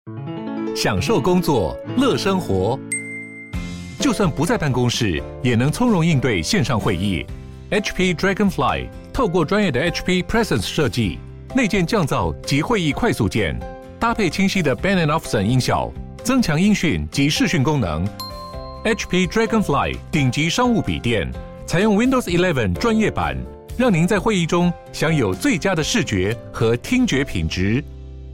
享受工作，乐生活。就算不在办公室，也能从容应对线上会议。HP Dragonfly 透过专业的 HP Presence 设计，内建降噪及会议快速键，搭配清晰的 Bang & Olufsen 音效，增强音讯及视讯功能。HP Dragonfly 顶级商务笔电，采用 Windows 11专业版，让您在会议中享有最佳的视觉和听觉品质。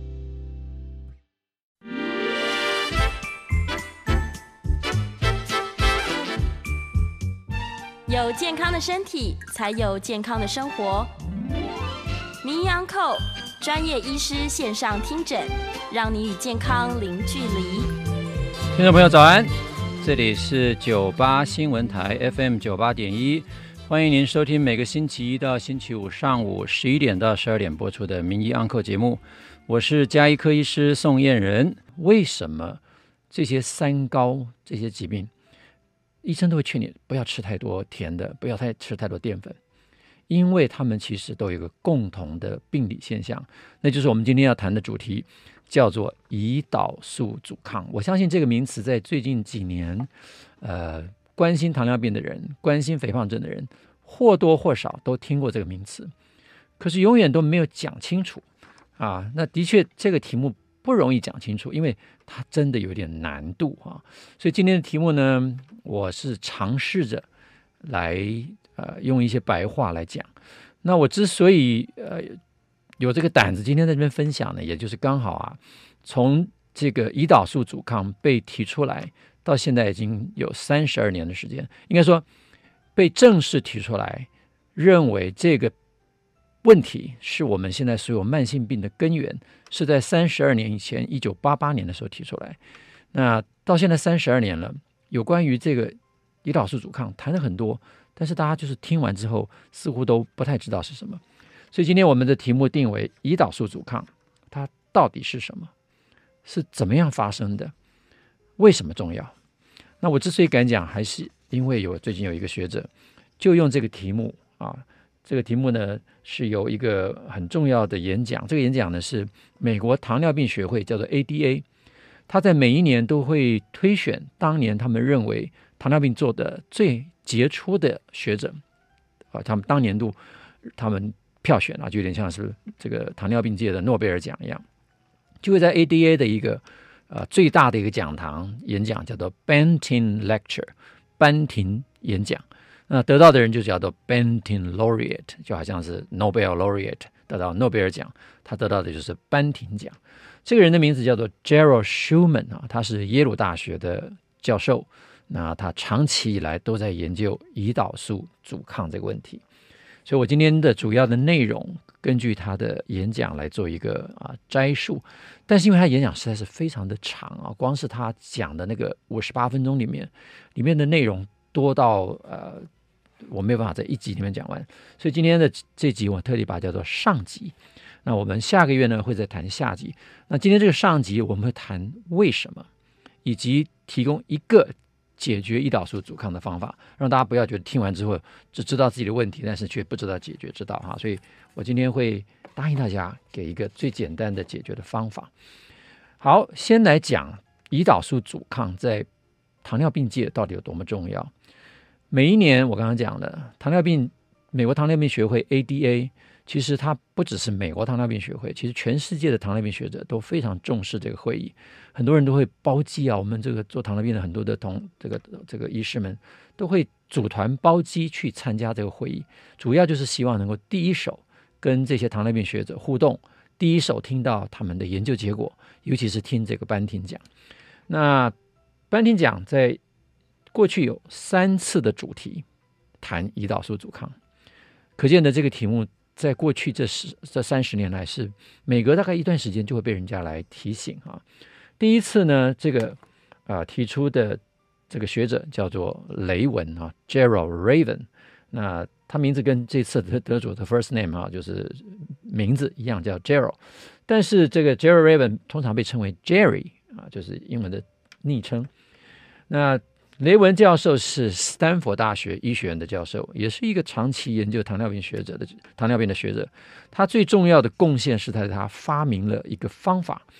有健康的身体，才有健康的生活。名医安扣专业医师线上听诊，让你与健康零距离。 听众朋友早安，这里是98新闻台 FM 98.1，欢迎您收听每个星期一到星期五上午11点到12点播出的名医安扣节目。我是家医科医师宋燕人。为什么这些三高这些疾病医生都会劝你不要吃太多甜的，不要吃太多淀粉，因为他们其实都有一个共同的病理现象，那就是我们今天要谈的主题，叫做胰岛素阻抗。我相信这个名词在最近几年关心糖尿病的人，关心肥胖症的人，或多或少都听过这个名词，可是永远都没有讲清楚啊。那的确这个题目不容易讲清楚，因为它真的有点难度啊。所以今天的题目呢，我是尝试着来用一些白话来讲。那我之所以有这个胆子今天在这边分享呢，也就是刚好啊，从这个胰岛素阻抗被提出来到现在已经有32年的时间，应该说被正式提出来，认为这个问题是我们现在所有慢性病的根源，是在32年以前1988年的时候提出来。那到现在32年了，有关于这个胰岛素阻抗谈了很多，但是大家就是听完之后似乎都不太知道是什么。所以今天我们的题目定为胰岛素阻抗，它到底是什么，是怎么样发生的，为什么重要。那我之所以敢讲，还是因为最近有一个学者就用这个题目啊，这个题目呢是有一个很重要的演讲，这个演讲呢是美国糖尿病学会，叫做 ADA， 他在每一年都会推选当年他们认为糖尿病做的最杰出的学者他们当年度他们票选就有点像是这个糖尿病界的诺贝尔奖一样，就会在 ADA 的一个最大的一个讲堂演讲，叫做 Banting Lecture， 班廷演讲。那得到的人就叫做 Banting Laureate， 就好像是 Nobel Laureate 得到诺贝尔奖，他得到的就是班廷奖。这个人的名字叫做 Gerald Schumann， 他是耶鲁大学的教授，那他长期以来都在研究胰岛素阻抗这个问题。所以我今天的主要的内容根据他的演讲来做一个摘述，但是因为他演讲实在是非常的长光是他讲的那个58分钟里面的内容多到我没有办法在一集里面讲完，所以今天的这集我特地把它叫做上集。那我们下个月呢会再谈下集。那今天这个上集我们会谈为什么，以及提供一个解决胰岛素阻抗的方法，让大家不要觉得听完之后只知道自己的问题，但是却不知道解决之道所以我今天会答应大家给一个最简单的解决的方法。好，先来讲胰岛素阻抗在糖尿病界到底有多么重要。每一年我刚刚讲的美国糖尿病学会 ADA， 其实它不只是美国糖尿病学会，其实全世界的糖尿病学者都非常重视这个会议，很多人都会包机我们这个做糖尿病的很多的这个医师们都会组团包机去参加这个会议，主要就是希望能够第一手跟这些糖尿病学者互动，第一手听到他们的研究结果，尤其是听这个班廷奖。那班廷奖在过去有3次的主题谈胰岛素阻抗，可见的这个题目在过去这30年来是每隔大概一段时间就会被人家来提醒第一次呢，这个提出的这个学者叫做雷文Gerald Raven， 那他名字跟这次的得主的 first name 就是名字一样叫 Gerald， 但是这个 Gerald Raven 通常被称为 Jerry就是英文的昵称。那雷文教授是斯坦福大学医学院的教授，也是一个长期研究糖尿病的学者。他最重要的贡献是他发明了一个方法，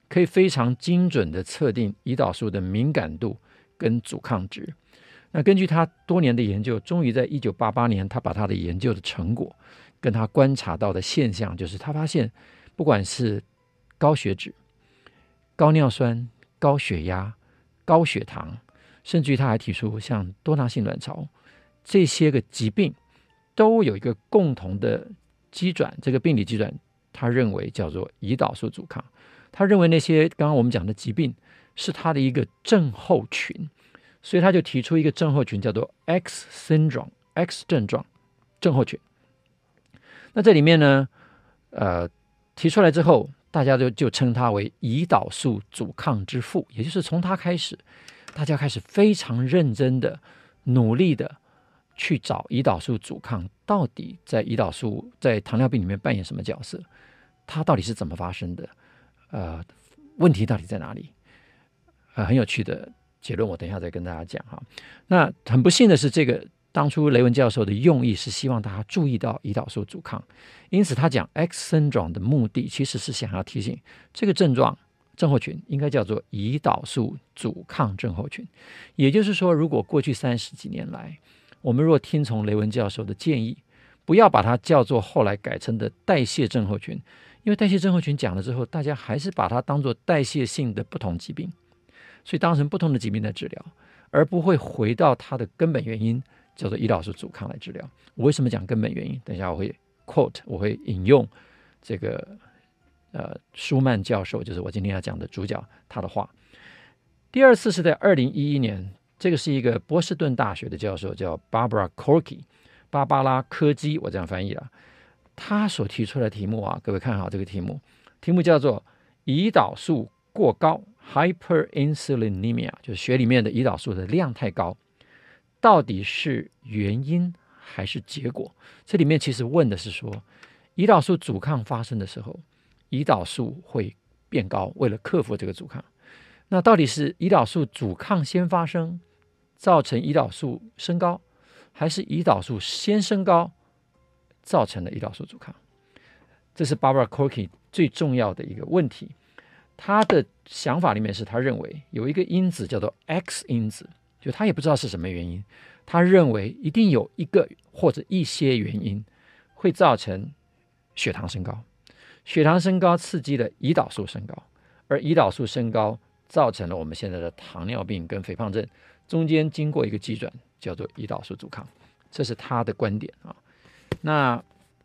可以非常精准的测定胰岛素的敏感度跟阻抗值。那根据他多年的研究，终于在1988年，他把他的研究的成果跟他观察到的现象，就是他发现不管是高血脂、高尿酸、高血压、高血糖，甚至于他还提出像多囊性卵巢这些个疾病都有一个共同的机转，这个病理机转他认为叫做胰岛素阻抗。他认为那些刚刚我们讲的疾病是他的一个症候群，所以他就提出一个症候群叫做 X syndrome X 症状症候群。那这里面呢提出来之后，大家就称他为胰岛素阻抗之父，也就是从他开始，大家开始非常认真的努力的去找胰岛素阻抗到底在胰岛素在糖尿病里面扮演什么角色，它到底是怎么发生的，问题到底在哪里，很有趣的结论，我等一下再跟大家讲哈。那很不幸的是，这个当初雷文教授的用意是希望大家注意到胰岛素阻抗，因此他讲 X syndrome 的目的其实是想要提醒这个症候群应该叫做胰岛素阻抗症候群。也就是说，如果过去30几年来，我们若听从雷文教授的建议，不要把它叫做后来改成的代谢症候群，因为代谢症候群讲了之后，大家还是把它当作代谢性的不同疾病，所以当成不同的疾病在治疗，而不会回到它的根本原因，叫做胰岛素阻抗来治疗。我为什么讲根本原因？等一下我会 quote， 我会引用这个舒曼教授，就是我今天要讲的主角，他的话。第二次是在2011年，这个是一个波士顿大学的教授，叫 Barbara Corky， 芭芭拉柯基，我这样翻译了。他所提出的题目啊，各位看好这个题目叫做胰岛素过高 hyperinsulinemia， 就是血里面的胰岛素的量太高，到底是原因还是结果？这里面其实问的是说，胰岛素阻抗发生的时候，胰岛素会变高，为了克服这个阻抗，那到底是胰岛素阻抗先发生，造成胰岛素升高，还是胰岛素先升高，造成了胰岛素阻抗？这是 Barbara Corky 最重要的一个问题。他的想法里面是，他认为有一个因子叫做 X 因子，就他也不知道是什么原因，他认为一定有一个或者一些原因会造成血糖升高，血糖升高刺激了胰岛素升高，而胰岛素升高造成了我们现在的糖尿病跟肥胖症，中间经过一个机转叫做胰岛素阻抗，这是他的观点啊。那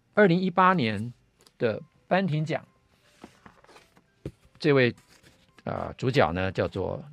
2018年的班廷奖，这位主角呢叫做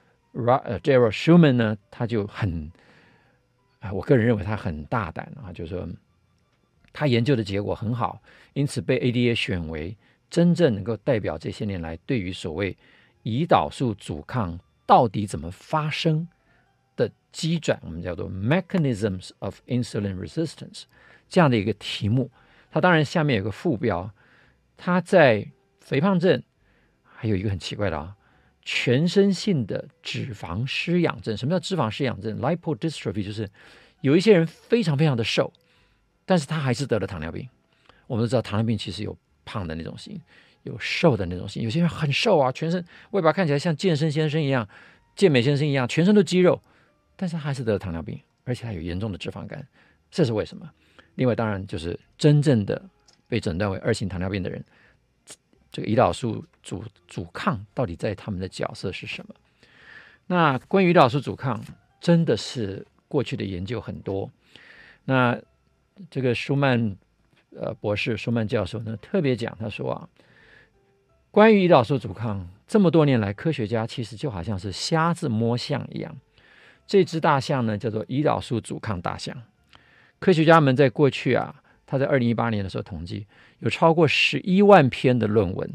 Gerald Schumann 呢，他就很我个人认为他很大胆啊，就是说他研究的结果很好，因此被 ADA 选为真正能够代表这些年来对于所谓胰岛素阻抗到底怎么发生的机转，我们叫做 Mechanisms of Insulin Resistance 这样的一个题目。它当然下面有个副标，它在肥胖症还有一个很奇怪的全身性的脂肪失养症。什么叫脂肪失养症？ Lipodystrophy 就是有一些人非常非常的瘦，但是他还是得了糖尿病。我们都知道糖尿病其实有胖的那种型，有瘦的那种型，有些人很瘦啊，全身外表看起来像健身先生一样，健美先生一样，全身都肌肉，但是他还是得了糖尿病，而且他有严重的脂肪肝，这是为什么？另外当然就是真正的被诊断为2型糖尿病的人，这个胰岛素阻抗到底在他们的角色是什么？那关于胰岛素阻抗真的是过去的研究很多，那这个舒曼博士，舒曼教授呢特别讲，他说关于胰岛素阻抗这么多年来，科学家其实就好像是瞎子摸象一样。这只大象呢叫做胰岛素阻抗大象。科学家们在过去他在2018年的时候统计，有超过11万篇的论文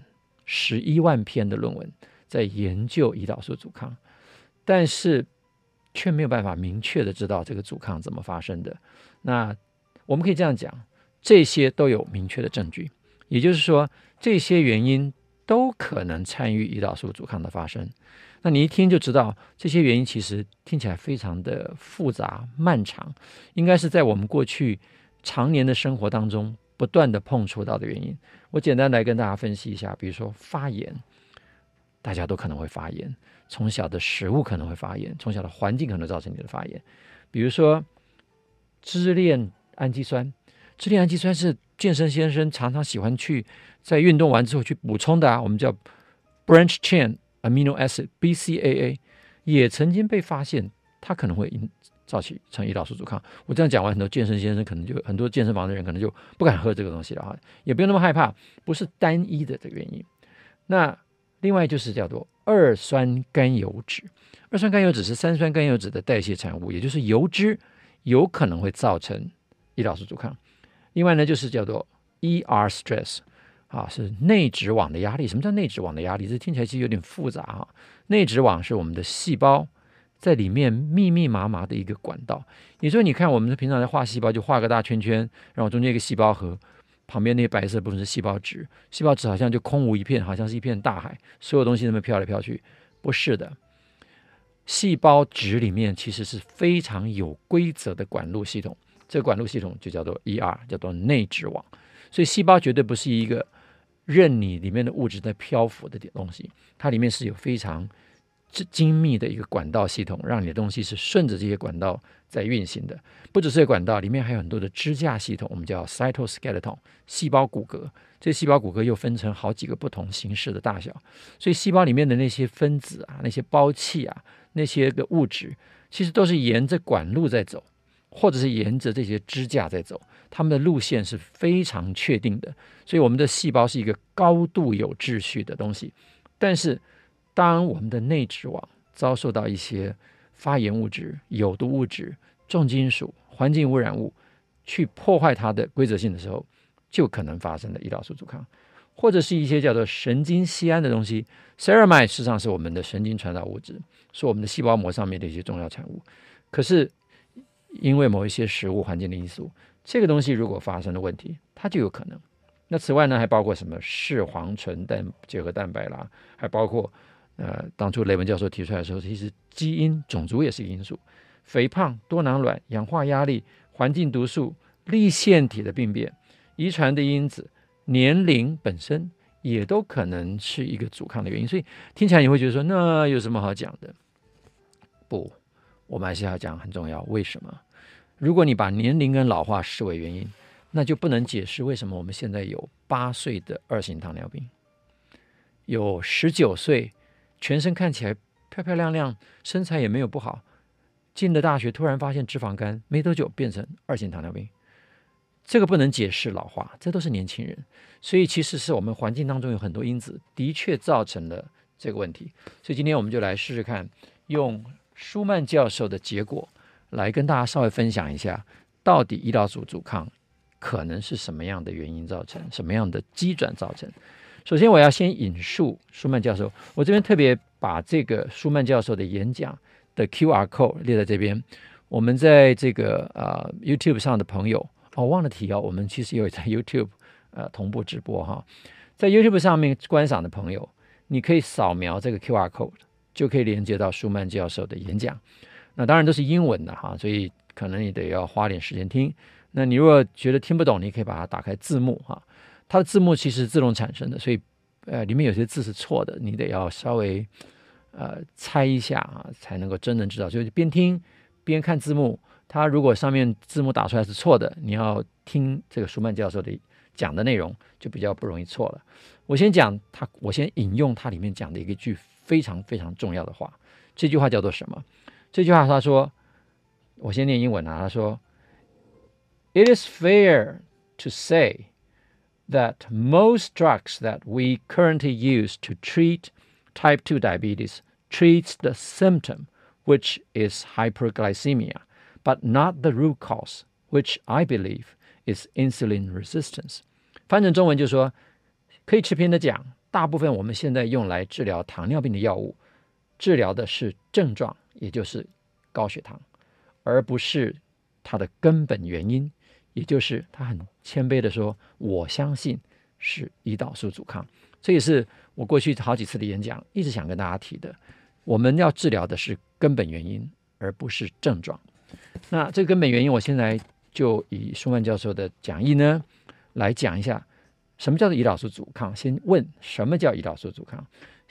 在研究胰岛素阻抗，但是却没有办法明确的知道这个阻抗怎么发生的。那我们可以这样讲，这些都有明确的证据，也就是说这些原因都可能参与胰岛素阻抗的发生。那你一听就知道，这些原因其实听起来非常的复杂漫长，应该是在我们过去常年的生活当中不断的碰触到的原因。我简单来跟大家分析一下，比如说发炎， 大家都可能会发炎，从小的食物可能会发炎，从小的环境可能造成你的发炎。比如说支链氨基酸，支链氨基酸是健身先生常常喜欢去在运动完之后去补充的我们叫 branch chain amino acid BCAA， 也曾经被发现它可能会造成胰岛素阻抗。我这样讲完，很多健身先生可能就很多健身房的人可能就不敢喝这个东西了也不用那么害怕，不是单一的这个原因。那另外就是叫做二酸甘油脂，二酸甘油脂是三酸甘油脂的代谢产物，也就是油脂有可能会造成胰岛素阻抗。另外呢，就是叫做 ER stress，是内质网的压力。什么叫内质网的压力？这听起来其实有点复杂内质网是我们的细胞在里面密密麻麻的一个管道，也就是你看我们平常在画细胞，就画个大圈圈，然后中间一个细胞核，旁边那些白色部分是细胞质，细胞质好像就空无一片，好像是一片大海，所有东西那么飘来飘去。不是的，细胞质里面其实是非常有规则的管路系统，这个管路系统就叫做 ER， 叫做内质网。所以细胞绝对不是一个任你里面的物质在漂浮的东西，它里面是有非常精密的一个管道系统，让你的东西是顺着这些管道在运行的。不只是管道，里面还有很多的支架系统，我们叫 cytoskeleton 细胞骨骼。这些细胞骨骼又分成好几个不同形式的大小，所以细胞里面的那些分子那些胞器那些个物质，其实都是沿着管路在走，或者是沿着这些支架在走，它们的路线是非常确定的。所以我们的细胞是一个高度有秩序的东西。但是当我们的内质网遭受到一些发炎物质、有毒物质、重金属、环境污染物去破坏它的规则性的时候，就可能发生了胰岛素阻抗。或者是一些叫做神经酰胺的东西， ceramide 事实上是我们的神经传导物质，是我们的细胞膜上面的一些重要产物。可是因为某一些食物环境的因素，这个东西如果发生了问题，它就有可能。那此外呢，还包括什么视黄醇结合蛋白啦，还包括当初雷文教授提出来的时候，其实基因种族也是一个因素，肥胖、多囊卵、氧化压力、环境毒素、粒线体的病变、遗传的因子、年龄本身也都可能是一个阻抗的原因。所以听起来你会觉得说，那有什么好讲的？不，我们还是要讲很重要。为什么？如果你把年龄跟老化视为原因，那就不能解释为什么我们现在有8岁的2型糖尿病，有19岁全身看起来漂漂亮亮，身材也没有不好，进了大学突然发现脂肪肝，没多久变成2型糖尿病。这个不能解释老化，这都是年轻人。所以其实是我们环境当中有很多因子的确造成了这个问题。所以今天我们就来试试看，用舒曼教授的结果来跟大家稍微分享一下，到底胰岛素阻抗可能是什么样的原因造成，什么样的机转造成。首先我要先引述舒曼教授，我这边特别把这个舒曼教授的演讲的 QR code 列在这边。我们在这个YouTube 上的朋友忘了提我们其实也有在 YouTube 同步直播在 YouTube 上面观赏的朋友，你可以扫描这个 QR code 就可以连接到舒曼教授的演讲。那当然都是英文的所以可能你得要花点时间听。那你如果觉得听不懂，你可以把它打开字幕它的字幕其实自动产生的，所以里面有些字是错的，你得要稍微猜一下才能够真正知道。就是边听边看字幕，它如果上面字幕打出来是错的，你要听这个舒曼教授的讲的内容就比较不容易错了。我先引用他里面讲的一句非常非常重要的话。这句话叫做什么？这句话他说，我先念英文他说 It is fair to say that most drugs that we currently use to treat type 2 diabetes treats the symptom, which is hyperglycemia, but not the root cause, which I believe is insulin resistance. 翻成中文就说，可以持平的讲，大部分我们现在用来治疗糖尿病的药物，治疗的是症状，也就是高血糖，而不是它的根本原因，也就是他很谦卑的说，我相信是胰岛素阻抗。这也是我过去好几次的演讲一直想跟大家提的，我们要治疗的是根本原因，而不是症状。那这个根本原因，我现在就以舒曼教授的讲义呢来讲一下，什么叫做胰岛素阻抗。先问什么叫胰岛素阻抗，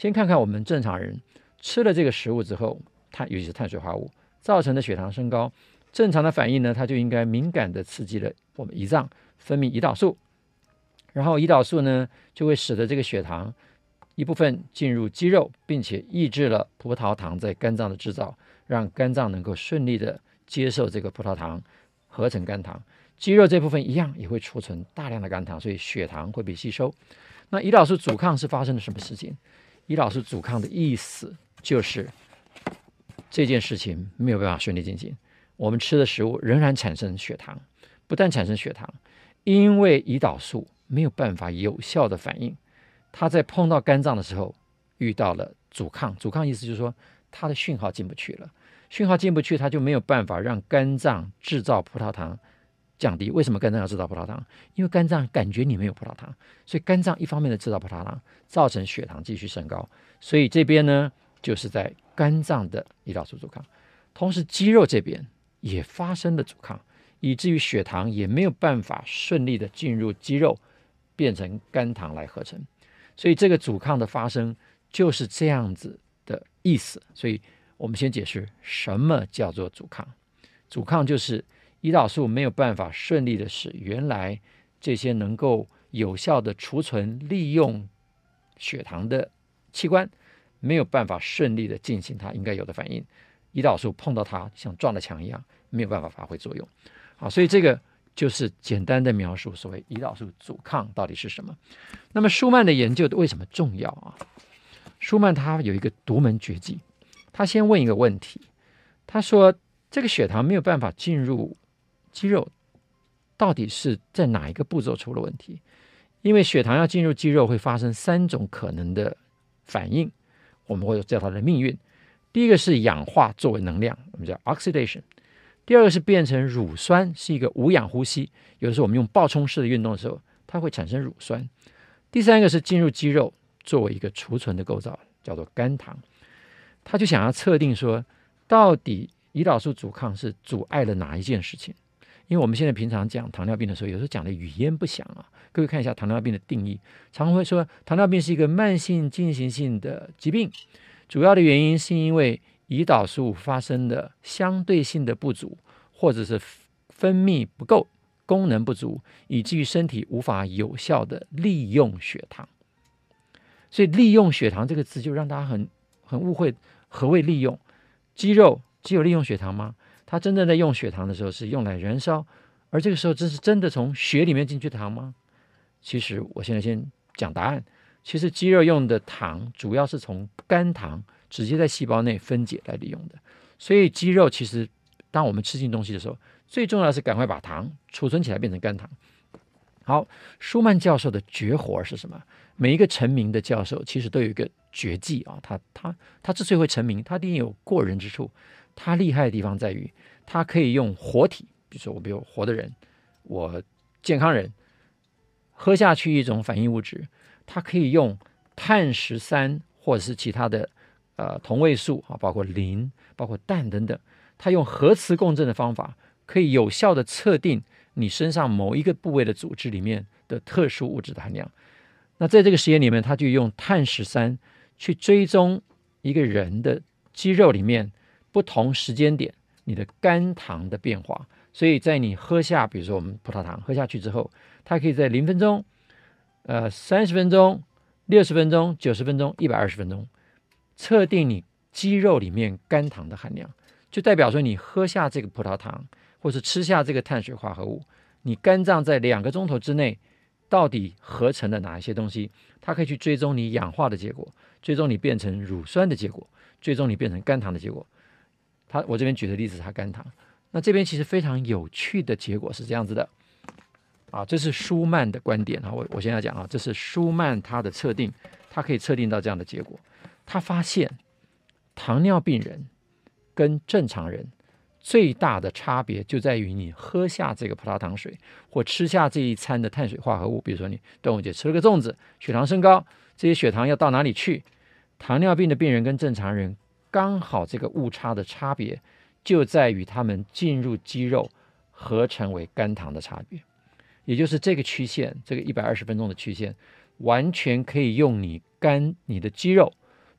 先看看我们正常人吃了这个食物之后，尤其是碳水化合物造成的血糖升高，正常的反应呢，它就应该敏感的刺激了我们胰脏分泌胰岛素，然后胰岛素呢就会使得这个血糖一部分进入肌肉，并且抑制了葡萄糖在肝脏的制造，让肝脏能够顺利的接受这个葡萄糖合成肝糖。肌肉这部分一样也会储存大量的肝糖，所以血糖会被吸收。那胰岛素阻抗是发生了什么事情？胰岛素阻抗的意思就是这件事情没有办法顺利进行，我们吃的食物仍然产生血糖，不但产生血糖，因为胰岛素没有办法有效的反应，它在碰到肝脏的时候遇到了阻抗。阻抗意思就是说它的讯号进不去了，讯号进不去，它就没有办法让肝脏制造葡萄糖降低。为什么肝脏要制造葡萄糖？因为肝脏感觉你没有葡萄糖，所以肝脏一方面的制造葡萄糖，造成血糖继续升高。所以这边呢就是在肝脏的胰岛素阻抗，同时肌肉这边也发生了阻抗，以至于血糖也没有办法顺利的进入肌肉变成肝糖来合成。所以这个阻抗的发生就是这样子的意思。所以我们先解释什么叫做阻抗。阻抗就是胰岛素没有办法顺利的使原来这些能够有效的储存利用血糖的器官没有办法顺利的进行它应该有的反应，胰岛素碰到它像撞了墙一样，没有办法发挥作用。好，所以这个就是简单的描述所谓胰岛素阻抗到底是什么。那么舒曼的研究为什么重要啊？舒曼他有一个独门绝技，他先问一个问题，他说这个血糖没有办法进入肌肉，到底是在哪一个步骤出了问题？因为血糖要进入肌肉会发生3种可能的反应，我们会叫它的命运。第一个是氧化作为能量，我们叫 oxidation。第二个是变成乳酸，是一个无氧呼吸，有的时候我们用爆冲式的运动的时候，它会产生乳酸。第三个是进入肌肉作为一个储存的构造，叫做肝糖。他就想要测定说，到底胰岛素阻抗是阻碍了哪一件事情？因为我们现在平常讲糖尿病的时候，有时候讲的语焉不详啊。各位看一下糖尿病的定义，常会说糖尿病是一个慢性进行性的疾病，主要的原因是因为胰岛素发生的相对性的不足，或者是分泌不够，功能不足，以至于身体无法有效的利用血糖。所以利用血糖这个字就让大家很误会，何谓利用？肌肉只有利用血糖吗？它真正在用血糖的时候是用来燃烧，而这个时候这是真的从血里面进去糖吗？其实我现在先讲答案，其实肌肉用的糖主要是从肝糖直接在细胞内分解来利用的。所以肌肉其实当我们吃进东西的时候，最重要的是赶快把糖储存起来变成肝糖。好，舒曼教授的绝活是什么？每一个成名的教授其实都有一个绝技啊，他之所以会成名，他一定有过人之处。他厉害的地方在于，他可以用活体，比如说我比如活的人，我健康人喝下去一种反应物质，他可以用碳13或者是其他的同位素啊，包括磷、包括氮等等，他用核磁共振的方法，可以有效的测定你身上某一个部位的组织里面的特殊物质的含量。那在这个实验里面，他就用碳13去追踪一个人的肌肉里面不同时间点你的肝糖的变化。所以在你喝下，比如说我们葡萄糖喝下去之后，它可以在0分钟、30分钟、60分钟、90分钟、120分钟测定你肌肉里面肝糖的含量，就代表说你喝下这个葡萄糖或是吃下这个碳水化合物，你肝脏在2个钟头之内到底合成了哪一些东西，它可以去追踪你氧化的结果，追踪你变成乳酸的结果，追踪你变成肝糖的结果。我这边举的例子是它肝糖。那这边其实非常有趣的结果是这样子的啊，这是舒曼的观点啊，我现在讲啊，这是舒曼他的测定，他可以测定到这样的结果。他发现糖尿病人跟正常人最大的差别就在于你喝下这个葡萄糖水或吃下这一餐的碳水化合物，比如说你端午节吃了个粽子，血糖升高，这些血糖要到哪里去？糖尿病的病人跟正常人刚好这个误差的差别就在于他们进入肌肉合成为肝糖的差别，也就是这个曲线，这个120分钟的曲线完全可以用你的肌肉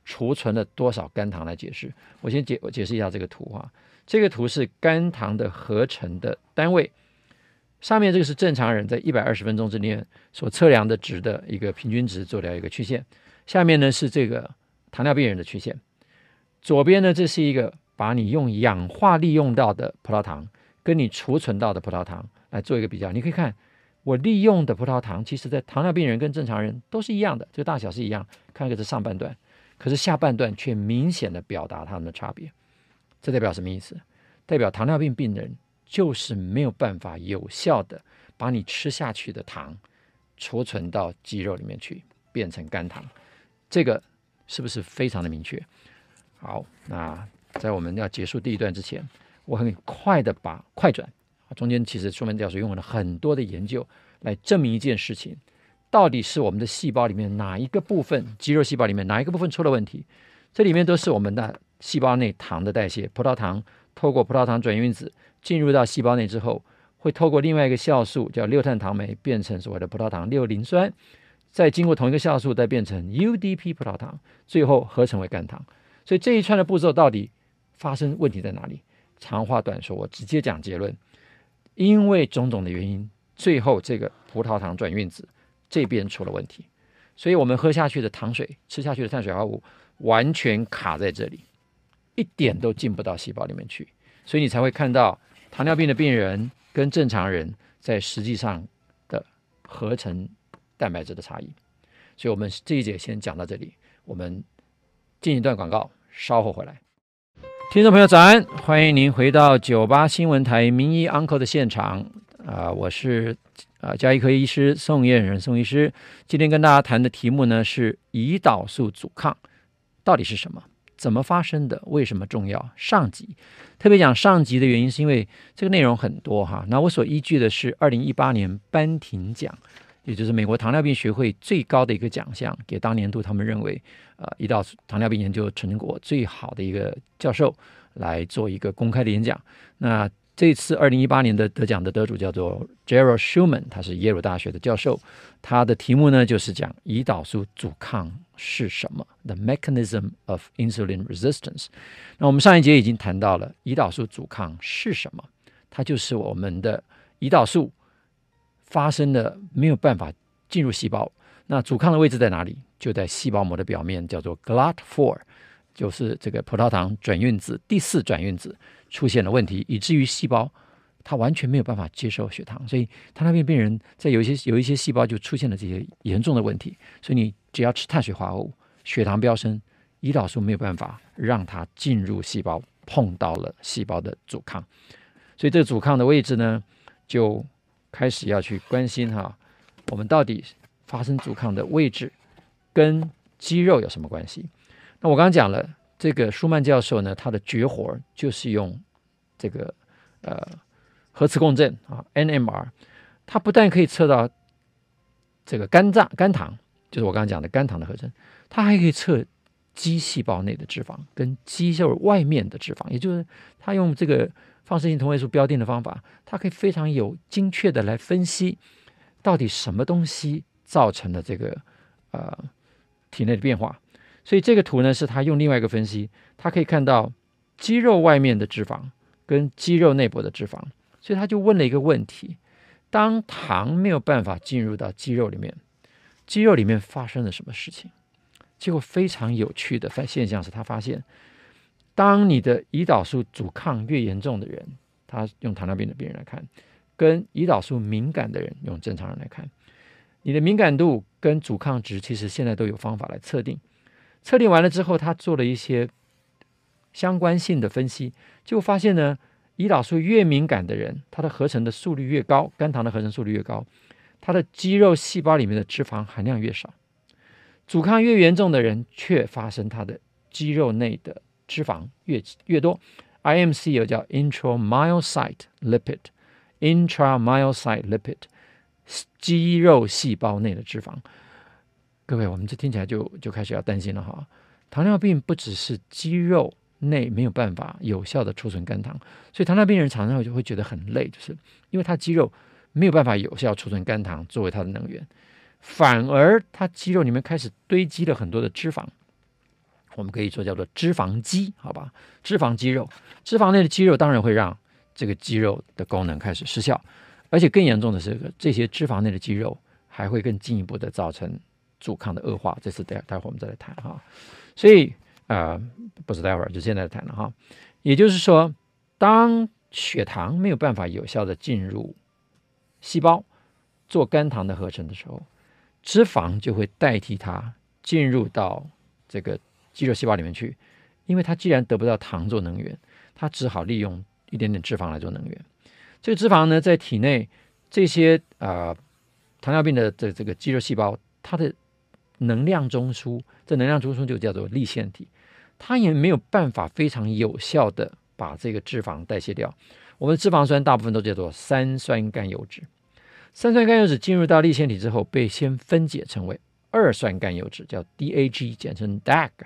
储存了多少肝糖来解释。我先解释一下这个图啊，这个图是肝糖的合成的单位，上面这个是正常人在120分钟之内所测量的值的一个平均值做了一个曲线，下面呢是这个糖尿病人的曲线，左边呢这是一个把你用氧化利用到的葡萄糖跟你储存到的葡萄糖来做一个比较，你可以看我利用的葡萄糖其实在糖尿病人跟正常人都是一样的，这个大小是一样，看这个是上半段，可是下半段却明显的表达它们的差别。这代表什么意思？代表糖尿病病人就是没有办法有效的把你吃下去的糖储存到肌肉里面去变成肝糖，这个是不是非常的明确？好，那在我们要结束第一段之前，我很快的把快转，中间其实舒曼教授用了很多的研究来证明一件事情，到底是我们的细胞里面哪一个部分，肌肉细胞里面哪一个部分出了问题。这里面都是我们的细胞内糖的代谢，葡萄糖透过葡萄糖转运子进入到细胞内之后，会透过另外一个酵素叫六碳糖酶变成所谓的葡萄糖6磷酸，再经过同一个酵素再变成 UDP 葡萄糖，最后合成为肝糖。所以这一串的步骤到底发生问题在哪里？长话短说，我直接讲结论，因为种种的原因，最后这个葡萄糖转运子这边出了问题，所以我们喝下去的糖水，吃下去的碳水化合物完全卡在这里，一点都进不到细胞里面去，所以你才会看到糖尿病的病人跟正常人在实际上的合成蛋白质的差异。所以我们这一节先讲到这里，我们进一段广告，稍后回来。听众朋友早安，欢迎您回到98新闻台名医 Uncle 的现场我是家医科医师宋晏仁宋医师。今天跟大家谈的题目呢是胰岛素阻抗到底是什么，怎么发生的，为什么重要，上集。特别讲上集的原因是因为这个内容很多哈，那我所依据的是2018年班廷奖，也就是美国糖尿病学会最高的一个奖项，给当年度他们认为胰岛素糖尿病研究成果最好的一个教授来做一个公开的演讲。那这次2018年的得奖的得主叫做 Gerald Schumann， 他是耶鲁大学的教授，他的题目呢就是讲胰岛素阻抗是什么 The Mechanism of Insulin Resistance。 那我们上一节已经谈到了胰岛素阻抗是什么，它就是我们的胰岛素发生的没有办法进入细胞，那阻抗的位置在哪里？就在细胞膜的表面，叫做 GLUT4， 就是这个葡萄糖转运子第4转运子出现了问题，以至于细胞它完全没有办法接受血糖，所以糖尿病病人在有一些细胞就出现了这些严重的问题。所以你只要吃碳水化合物，血糖飙升，胰岛素没有办法让它进入细胞，碰到了细胞的阻抗。所以这个阻抗的位置呢，就开始要去关心我们到底发生阻抗的位置跟肌肉有什么关系。那我刚刚讲了，这个舒曼教授呢，他的绝活就是用这个核磁共振NMR， 它不但可以测到这个肝糖，就是我刚刚讲的肝糖的合成，它还可以测肌细胞内的脂肪跟肌肉外面的脂肪，也就是它用这个放射性同位素标定的方法，它可以非常有精确的来分析到底什么东西造成了这个体内的变化。所以这个图呢是他用另外一个分析，他可以看到肌肉外面的脂肪跟肌肉内部的脂肪，所以他就问了一个问题，当糖没有办法进入到肌肉里面，肌肉里面发生了什么事情？结果非常有趣的现象是，他发现当你的胰岛素阻抗越严重的人，他用糖尿病的病人来看，跟胰岛素敏感的人用正常人来看，你的敏感度跟阻抗值其实现在都有方法来测定。测定完了之后，他做了一些相关性的分析，结果发现呢，胰岛素越敏感的人，它的合成的速率越高，肝糖的合成速率越高，它的肌肉细胞里面的脂肪含量越少。阻抗越严重的人，却发生它的肌肉内的脂肪越多。IMC 有叫 intramyocyte lipid， 肌肉细胞内的脂肪。各位，我们这听起来就开始要担心了哈。糖尿病不只是肌肉内没有办法有效的储存肝糖，所以糖尿病人常常就会觉得很累，就是因为他肌肉没有办法有效储存肝糖作为他的能源，反而他肌肉里面开始堆积了很多的脂肪， 我们可以说叫做脂肪肌，好吧？脂肪肌肉，脂肪类的肌肉当然会让这个肌肉的功能开始失效，而且更严重的是，这些脂肪类的肌肉还会更进一步的造成阻抗的恶化。这次待会我们再来谈哈。所以不是待会儿，就现在谈了哈。也就是说，当血糖没有办法有效的进入细胞做肝糖的合成的时候，脂肪就会代替它进入到这个肌肉细胞里面去，因为它既然得不到糖做能源，它只好利用一点点脂肪来做能源。这个脂肪呢，在体内这些糖尿病的这个肌肉细胞，它的能量中枢，这能量中枢就叫做粒线体，它也没有办法非常有效的把这个脂肪代谢掉。我们的脂肪酸大部分都叫做三酸甘油脂，三酸甘油脂进入到粒线体之后，被先分解成为二酸甘油脂，叫 DAG， 简称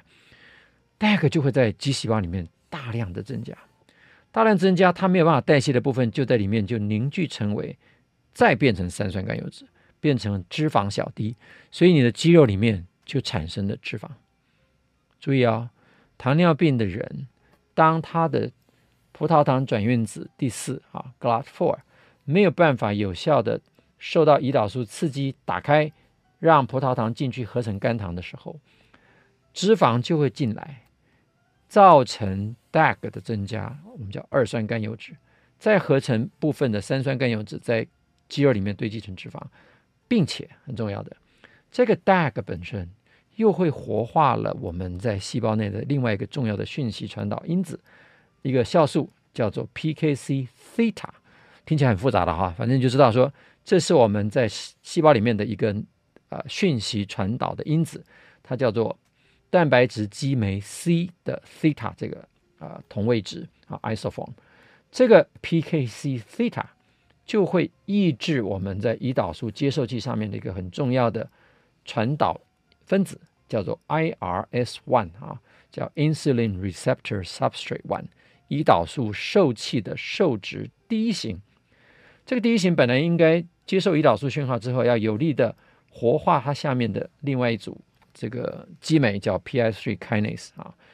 DAG。DAG 就会在肌细胞里面大量的增加，它没有办法代谢的部分就在里面就凝聚成为，再变成三酸甘油脂，变成脂肪小滴，所以你的肌肉里面就产生了脂肪。注意啊，糖尿病的人，当他的葡萄糖转运子第4 GLUT4 没有办法有效的受到胰岛素刺激打开，让葡萄糖进去合成肝糖的时候，脂肪就会进来，造成 DAG 的增加，我们叫二酸甘油脂，再合成部分的三酸甘油脂在肌肉里面堆积成脂肪，并且很重要的，这个 DAG 本身又会活化了我们在细胞内的另外一个重要的讯息传导因子，一个酵素叫做 PKC theta， 听起来很复杂的哈，反正就知道说这是我们在细胞里面的一个讯息传导的因子，它叫做蛋白质激酶 C 的 theta 这个同位质isoform。这个 PKC theta 就会抑制我们在胰岛素接受器上面的一个很重要的传导分子，叫做 IRS1 叫 Insulin Receptor Substrate 1， 胰岛素受器的受质第一型。这个第一型本来应该接受胰岛素讯号之后，要有力的活化它下面的另外一组这个激酶，叫 PI3 kinase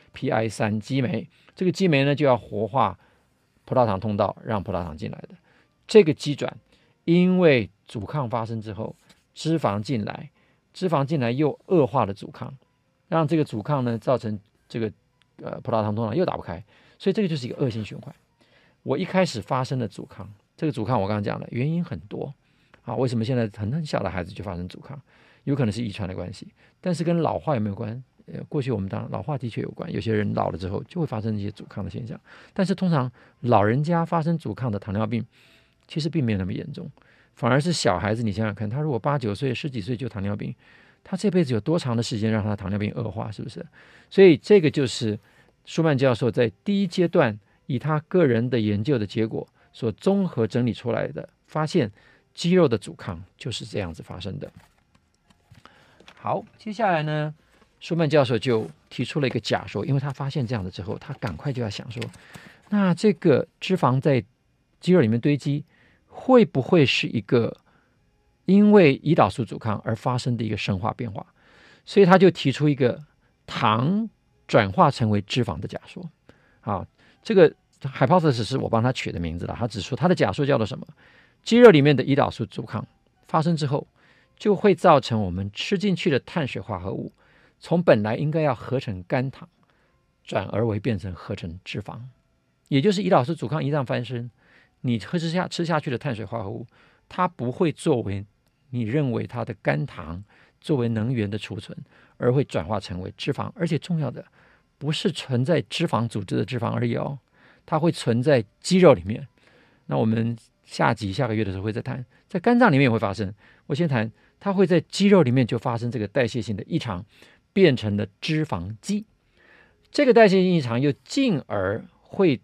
PI3 激酶。这个激酶呢，就要活化葡萄糖通道，让葡萄糖进来的。这个机转因为阻抗发生之后，脂肪进来又恶化了阻抗，让这个阻抗呢造成这个葡萄糖通道又打不开，所以这个就是一个恶性循环。我一开始发生的阻抗，这个阻抗我刚刚讲了原因很多为什么现在很小的孩子就发生阻抗？有可能是遗传的关系，但是跟老化有没有关？过去我们当然老化的确有关，有些人老了之后就会发生一些阻抗的现象，但是通常老人家发生阻抗的糖尿病其实并没有那么严重，反而是小孩子，你想想看，他如果8、9岁、10几岁就糖尿病，他这辈子有多长的时间让他糖尿病恶化，是不是？所以这个就是舒曼教授在第一阶段以他个人的研究的结果所综合整理出来的，发现肌肉的阻抗就是这样子发生的。好，接下来呢，舒曼教授就提出了一个假说，因为他发现这样的之后，他赶快就要想说，那这个脂肪在肌肉里面堆积，会不会是一个因为胰岛素阻抗而发生的一个生化变化？所以他就提出一个糖转化成为脂肪的假说。这个 hypothesis 是我帮他取的名字了，他只说他的假说叫做什么？肌肉里面的胰岛素阻抗发生之后，就会造成我们吃进去的碳水化合物从本来应该要合成肝糖，转而为变成合成脂肪。也就是胰岛素阻抗一旦发生，你吃下去的碳水化合物，它不会作为你认为它的肝糖作为能源的储存，而会转化成为脂肪。而且重要的不是存在脂肪组织的脂肪而已它会存在肌肉里面。那我们下个月的时候会再谈，在肝脏里面也会发生。我先谈，它会在肌肉里面就发生这个代谢性的异常，变成了脂肪肌。这个代谢性异常又进而会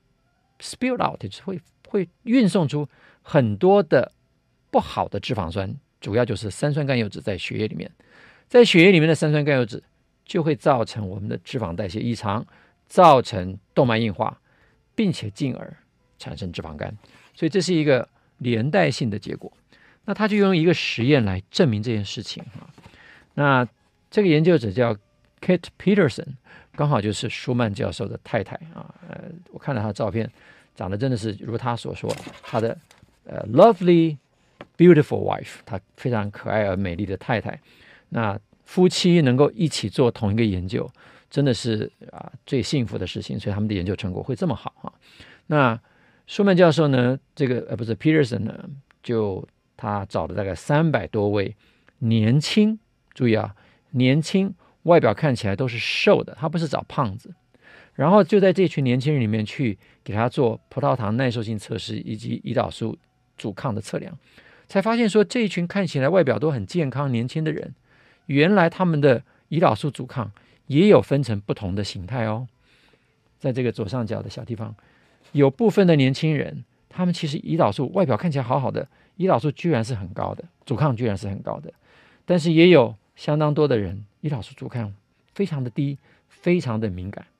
spill out， 会运送出很多的不好的脂肪酸，主要就是三酸甘油脂在血液里面。在血液里面的三酸甘油脂就会造成我们的脂肪代谢异常，造成动脉硬化，并且进而产生脂肪肝。所以这是一个连带性的结果。那他就用一个实验来证明这件事情那这个研究者叫 Kate Peterson， 刚好就是舒曼教授的太太啊。我看了他的照片，长得真的是如他所说，他的lovely beautiful wife， 她非常可爱而美丽的太太。那夫妻能够一起做同一个研究，真的是最幸福的事情，所以他们的研究成果会这么好啊。那舒曼教授呢，这个不是 Peterson 呢，就他找了大概300多位年轻，注意啊，年轻，外表看起来都是瘦的，他不是找胖子。然后就在这群年轻人里面去给他做葡萄糖耐受性测试以及胰岛素阻抗的测量，才发现说这一群看起来外表都很健康年轻的人，原来他们的胰岛素阻抗也有分成不同的形态哦。在这个左上角的小地方，有部分的年轻人，他们其实胰岛素外表看起来好好的，胰岛素居然是很高的，阻抗居然是很高的，但是也有相当多的人胰岛素阻抗非常的低，非常的敏感。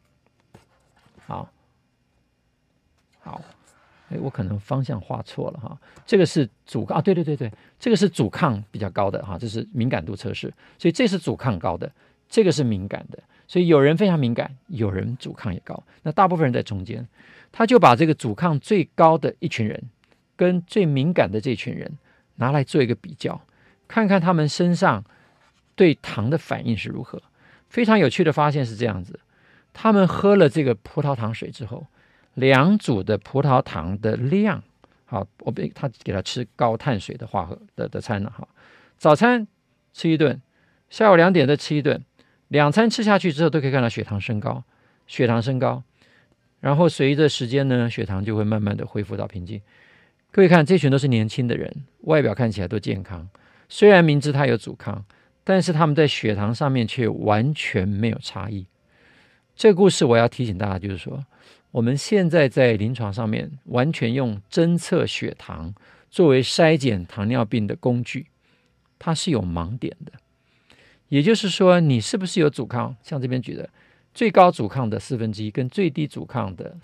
好，我可能方向画错了哈。这个是阻抗对，这个是阻抗比较高的哈，这是敏感度测试，所以这是阻抗高的，这个是敏感的，所以有人非常敏感，有人阻抗也高，那大部分人在中间。他就把这个阻抗最高的一群人跟最敏感的这群人拿来做一个比较，看看他们身上对糖的反应是如何。非常有趣的发现是这样子，他们喝了这个葡萄糖水之后，2组的葡萄糖的量，好，他给他吃高碳水的化合的餐了哈。早餐吃一顿，下午2点再吃一顿，2餐吃下去之后都可以看到血糖升高，然后随着时间呢，血糖就会慢慢的恢复到平静。各位看，这群都是年轻的人，外表看起来都健康，虽然明知他有阻抗，但是他们在血糖上面却完全没有差异。这个故事我要提醒大家，就是说我们现在在临床上面完全用侦测血糖作为筛检糖尿病的工具，它是有盲点的。也就是说，你是不是有阻抗，像这边举的最高阻抗的1/4跟最低阻抗的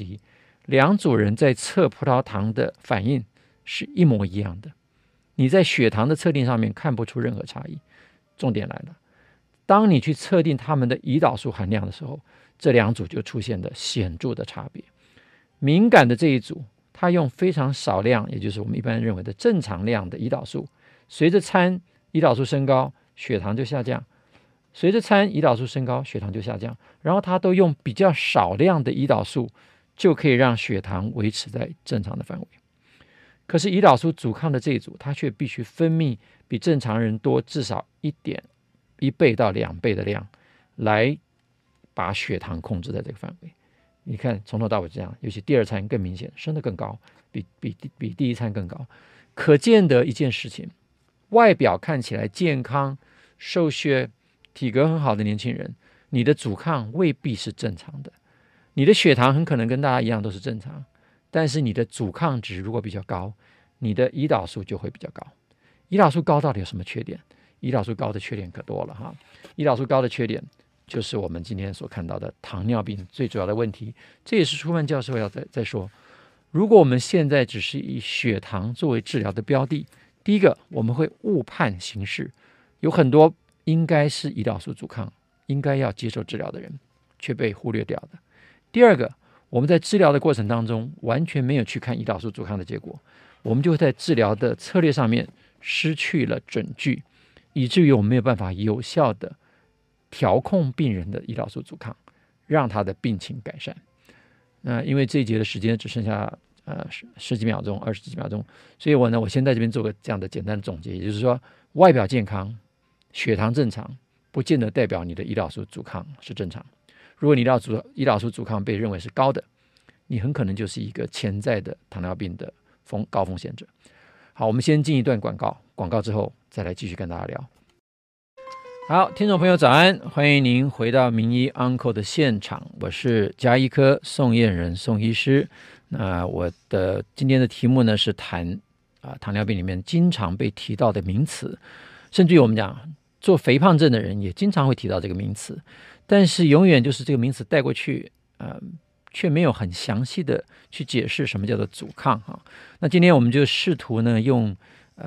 1/4，2组人在测葡萄糖的反应是一模一样的，你在血糖的测定上面看不出任何差异。重点来了，当你去测定他们的胰岛素含量的时候，这2组就出现了显著的差别。敏感的这一组，他用非常少量，也就是我们一般认为的正常量的胰岛素，随着餐胰岛素升高，血糖就下降，随着餐胰岛素升高，血糖就下降，然后他都用比较少量的胰岛素就可以让血糖维持在正常的范围。可是胰岛素阻抗的这一组，它却必须分泌比正常人多至少1倍到2倍的量，来把血糖控制在这个范围。你看从头到尾这样，尤其第2餐更明显，升得更高，比第1餐更高。可见的一件事情，外表看起来健康、瘦削、体格很好的年轻人，你的阻抗未必是正常的，你的血糖很可能跟大家一样都是正常，但是你的阻抗值如果比较高，你的胰岛素就会比较高。胰岛素高到底有什么缺点？胰岛素高的缺点可多了哈。胰岛素高的缺点就是我们今天所看到的糖尿病最主要的问题。这也是舒曼教授要再说，如果我们现在只是以血糖作为治疗的标的，第一个我们会误判形势，有很多应该是胰岛素阻抗应该要接受治疗的人却被忽略掉的。第二个，我们在治疗的过程当中完全没有去看胰岛素阻抗的结果，我们就会在治疗的策略上面失去了准据，以至于我们没有办法有效的调控病人的胰岛素阻抗，让他的病情改善。因为这一节的时间只剩下十几秒钟、20几秒钟，所以我先在这边做个这样的简单的总结，也就是说，外表健康、血糖正常，不见得代表你的胰岛素阻抗是正常。如果你的胰岛素阻抗被认为是高的，你很可能就是一个潜在的糖尿病的高风险者。好，我们先进一段广告，广告之后再来继续跟大家聊。好，听众朋友早安，欢迎您回到名医 Uncle 的现场，我是家医科宋晏仁宋医师。那我的今天的题目呢是谈糖尿病里面经常被提到的名词，甚至于我们讲做肥胖症的人也经常会提到这个名词，但是永远就是这个名词带过去，却没有很详细的去解释什么叫做阻抗哈。那今天我们就试图呢用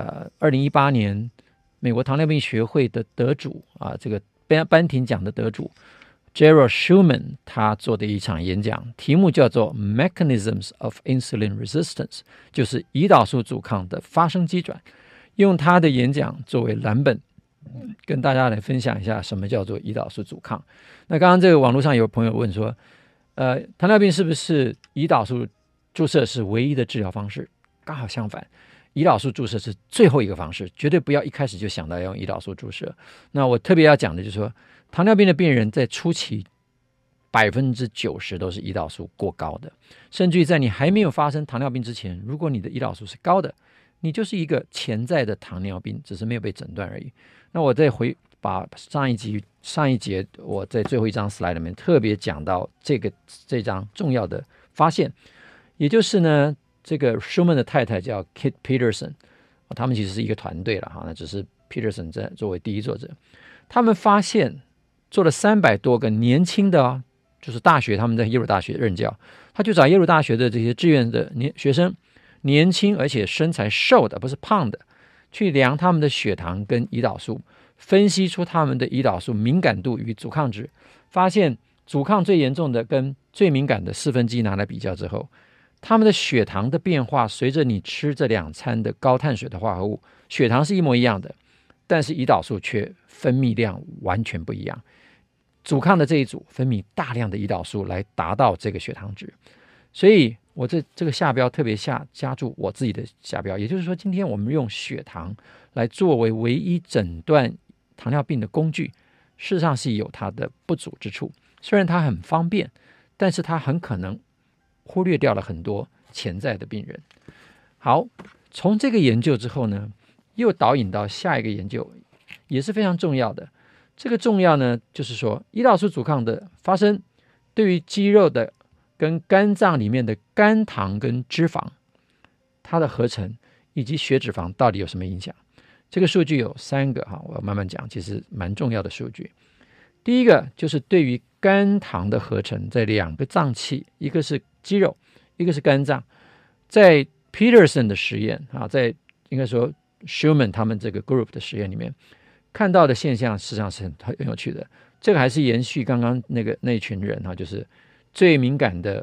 2018年美国糖尿病学会的得主这个班廷奖的得主 Gerald Schumann 他做的一场演讲，题目叫做 Mechanisms of Insulin Resistance， 就是胰岛素阻抗的发生机转。用他的演讲作为蓝本，跟大家来分享一下什么叫做胰岛素阻抗。那刚刚这个网络上有朋友问说，糖尿病是不是胰岛素注射是唯一的治疗方式？刚好相反，胰岛素注射是最后一个方式，绝对不要一开始就想到要用胰岛素注射。那我特别要讲的就是说，糖尿病的病人在初期90%都是胰岛素过高的，甚至于在你还没有发生糖尿病之前，如果你的胰岛素是高的，你就是一个潜在的糖尿病，只是没有被诊断而已。那我再把上一节我在最后一张 slide 里面特别讲到这张重要的发现，也就是呢，这个 Schumann 的太太叫 Kit Peterson， 他们其实是一个团队了，那只是 Peterson 作为第一作者。他们发现做了300多个年轻的就是大学，他们在耶鲁大学任教，他就找耶鲁大学的这些志愿的学生，年轻而且身材瘦的，不是胖的，去量他们的血糖跟胰岛素，分析出他们的胰岛素敏感度与阻抗值，发现阻抗最严重的跟最敏感的1/4拿来比较之后，他们的血糖的变化随着你吃这2餐的高碳水的化合物，血糖是一模一样的，但是胰岛素却分泌量完全不一样。阻抗的这一组分泌大量的胰岛素来达到这个血糖值，所以我这个下标特别加注我自己的下标，也就是说，今天我们用血糖来作为唯一诊断糖尿病的工具，事实上是有它的不足之处。虽然它很方便，但是它很可能忽略掉了很多潜在的病人。好，从这个研究之后呢，又导引到下一个研究，也是非常重要的。这个重要呢，就是说胰岛素阻抗的发生对于肌肉的跟肝脏里面的肝糖跟脂肪它的合成以及血脂肪到底有什么影响。这个数据有3个我要慢慢讲，其实蛮重要的数据。第一个就是对于肝糖的合成，在2个脏器，一个是肌肉，一个是肝脏，在 Peterson 的实验在应该说 Schumann 他们这个 group 的实验里面看到的现象，实际上是很有趣的。这个还是延续刚刚那一群人就是最敏感的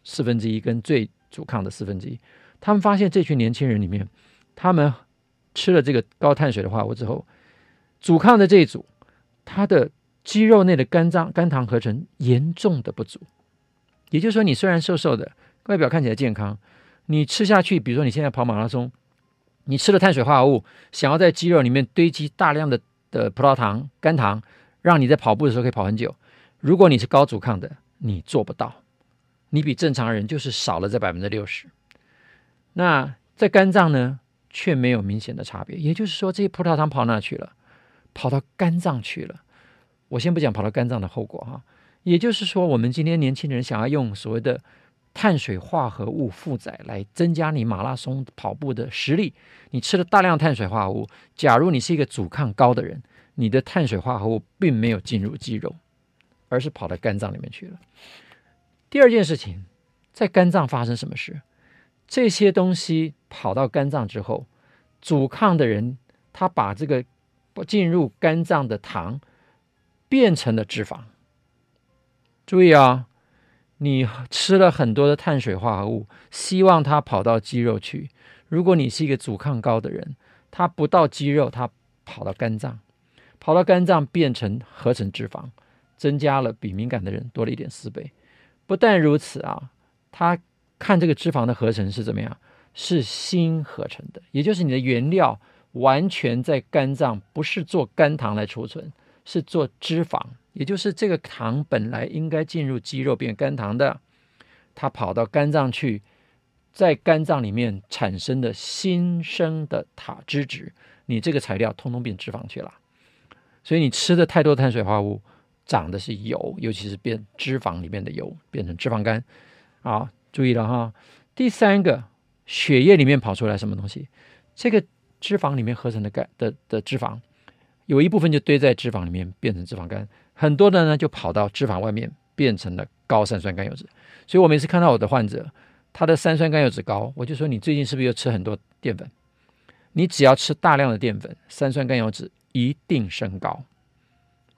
1/4跟最阻抗的1/4，他们发现这群年轻人里面，他们吃了这个高碳水的化合物之后，阻抗的这一组，它的肌肉内的肝糖合成严重的不足。也就是说，你虽然瘦瘦的，外表看起来健康，你吃下去，比如说你现在跑马拉松，你吃了碳水化合物，想要在肌肉里面堆积大量的葡萄糖、肝糖，让你在跑步的时候可以跑很久。如果你是高阻抗的，你做不到，你比正常人就是少了这60%。那在肝脏呢，却没有明显的差别。也就是说，这些葡萄糖跑哪去了？跑到肝脏去了。我先不讲跑到肝脏的后果也就是说，我们今天年轻人想要用所谓的碳水化合物负载来增加你马拉松跑步的实力，你吃了大量碳水化合物，假如你是一个阻抗高的人，你的碳水化合物并没有进入肌肉，而是跑到肝脏里面去了。第二件事情，在肝脏发生什么事？这些东西跑到肝脏之后，阻抗的人他把这个进入肝脏的糖变成了脂肪。注意你吃了很多的碳水化合物，希望它跑到肌肉去。如果你是一个阻抗高的人，它不到肌肉，它跑到肝脏，变成合成脂肪，增加了比敏感的人多了1.4倍。不但如此它看这个脂肪的合成是怎么样，是锌合成的，也就是你的原料完全在肝脏，不是做肝糖来储存，是做脂肪，也就是这个糖本来应该进入肌肉变肝糖的，它跑到肝脏去，在肝脏里面产生的新生的脂质，你这个材料通通变脂肪去了。所以你吃的太多碳水化合物长的是油，尤其是变脂肪里面的油，变成脂肪肝。好，注意了第3个，血液里面跑出来什么东西？这个脂肪里面合成的脂肪，有一部分就堆在脂肪里面变成脂肪肝，很多的呢就跑到脂肪外面变成了高三酸甘油酯。所以我每次看到我的患者，他的三酸甘油酯高，我就说你最近是不是又吃很多淀粉？你只要吃大量的淀粉，三酸甘油酯一定升高。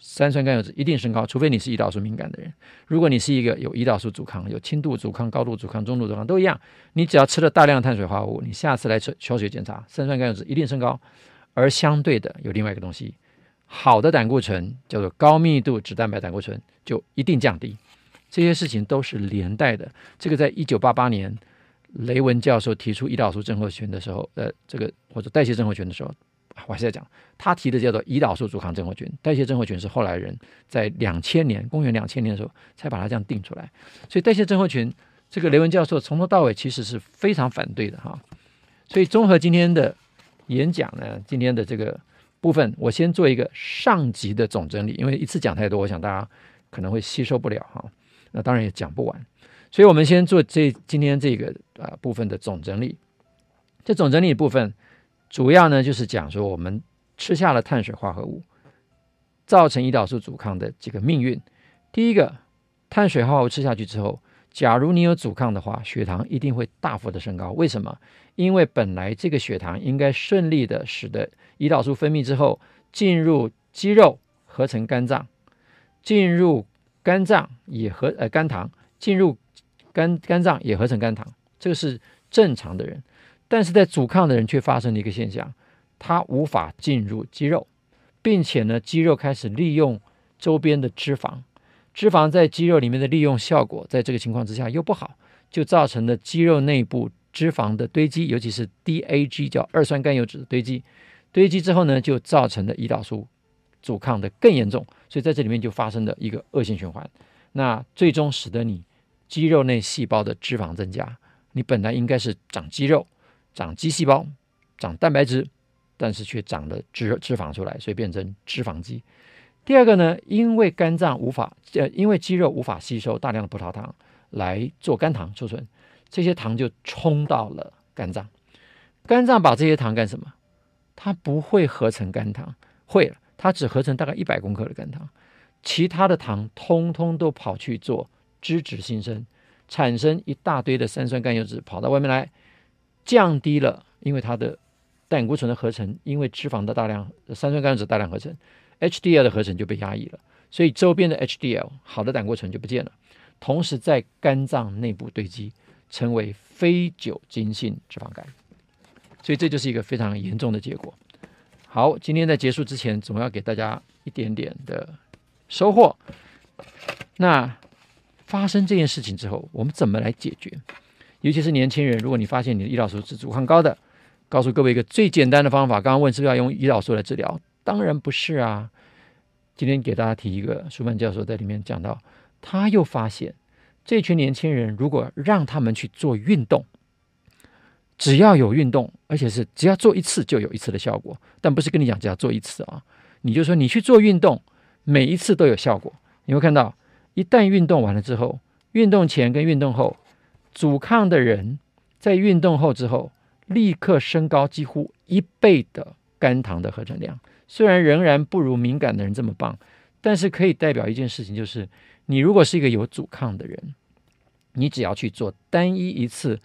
三酸甘油酯一定升高，除非你是胰岛素敏感的人。如果你是一个有胰岛素阻抗、有轻度阻抗、高度阻抗、中度阻抗都一样，你只要吃了大量的碳水化合物，你下次来抽血检查，三酸甘油酯一定升高。而相对的有另外一个东西，好的胆固醇叫做高密度脂蛋白胆固醇就一定降低。这些事情都是连带的。这个在1988年雷文教授提出胰岛素症候群的时候，这个或者代谢症候群的时候，我还是在讲，他提的叫做胰岛素阻抗症候群，代谢症候群是后来人在2000年，公元2000年的时候才把它这样定出来。所以代谢症候群，这个雷文教授从头到尾其实是非常反对的哈。所以综合今天的演讲呢，今天的这个部分，我先做一个上集的总整理，因为一次讲太多，我想大家可能会吸收不了哈。那当然也讲不完，所以我们先做今天这个部分的总整理。这总整理的部分主要呢就是讲说我们吃下了碳水化合物造成胰岛素阻抗的这个命运。第一个，碳水化合物吃下去之后，假如你有阻抗的话，血糖一定会大幅的升高。为什么？因为本来这个血糖应该顺利的使得胰岛素分泌之后进入肌肉合成肝脏，进入肝脏也肝糖，进入肝脏也合成肝糖，这个是正常的人。但是在阻抗的人却发生了一个现象，他无法进入肌肉，并且呢，肌肉开始利用周边的脂肪在肌肉里面的利用效果，在这个情况之下又不好，就造成了肌肉内部脂肪的堆积，尤其是 DAG 叫二酸甘油酯的堆积之后呢，就造成了胰岛素阻抗的更严重，所以在这里面就发生了一个恶性循环。那最终使得你肌肉内细胞的脂肪增加，你本来应该是长肌肉、长肌细胞、长蛋白质，但是却长了脂肪出来，所以变成脂肪肌。第二个呢，因为肌肉无法吸收大量的葡萄糖来做肝糖储存，这些糖就冲到了肝脏。肝脏把这些糖干什么？它不会合成肝糖，会了，它只合成大概100公克的肝糖，其他的糖通通都跑去做脂质新生，产生一大堆的三酸甘油酯跑到外面来，降低了因为它的胆固醇的合成，因为脂肪的三酸甘油酯大量合成， HDL 的合成就被压抑了，所以周边的 HDL 好的胆固醇就不见了，同时在肝脏内部堆积，成为非酒精性脂肪肝。所以这就是一个非常严重的结果。好，今天在结束之前总要给大家一点点的收获。那发生这件事情之后，我们怎么来解决？尤其是年轻人，如果你发现你的胰岛素是阻抗高的，告诉各位一个最简单的方法。刚刚问是不是要用胰岛素来治疗？当然不是啊。今天给大家提一个，舒曼教授在里面讲到，他又发现这群年轻人如果让他们去做运动，只要有运动，而且是只要做一次就有一次的效果，但不是跟你讲只要做一次啊，你就说你去做运动，每一次都有效果。你会看到一旦运动完了之后，运动前跟运动后，阻抗的人在运动后之后立刻升高几乎1倍的肝糖的合成量。虽然仍然不如敏感的人这么棒，但是可以代表一件事情，就是你如果是一个有阻抗的人，你只要去做单一次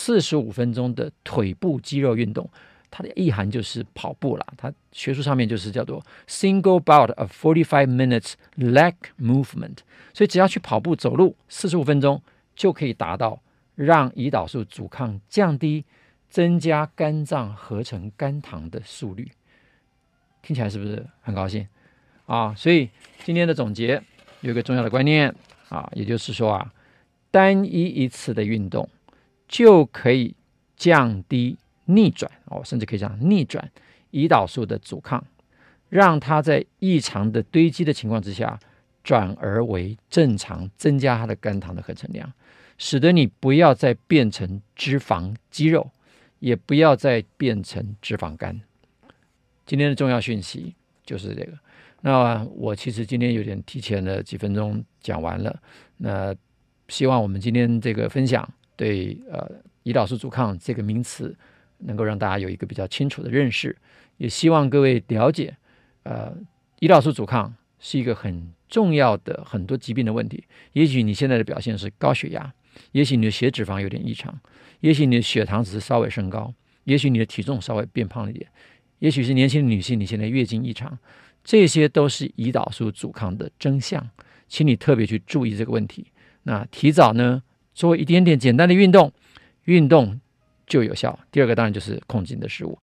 45分钟的腿部肌肉运动，它的意涵就是跑步啦，它学术上面就是叫做 single bout of 45 minutes leg movement， 所以只要去跑步走路45分钟就可以达到让胰岛素阻抗降低，增加肝脏合成肝糖的速率。听起来是不是很高兴啊？所以今天的总结有一个重要的观念啊，也就是说啊，单一次的运动就可以降低逆转甚至可以讲逆转胰岛素的阻抗，让它在异常的堆积的情况之下转而为正常，增加它的肝糖的合成量，使得你不要再变成脂肪肌肉，也不要再变成脂肪肝。今天的重要讯息就是这个。那我其实今天有点提前了几分钟讲完了，那希望我们今天这个分享对胰岛素阻抗这个名词能够让大家有一个比较清楚的认识，也希望各位了解胰岛素阻抗是一个很重要的很多疾病的问题。也许你现在的表现是高血压，也许你的血脂肪有点异常，也许你的血糖只是稍微升高，也许你的体重稍微变胖了一点，也许是年轻的女性你现在月经异常， 这些都是胰岛素阻抗的征象，请你特别去注意这个问题。那提早呢做一点点简单的运动就有效。第二个当然就是控制你的食物。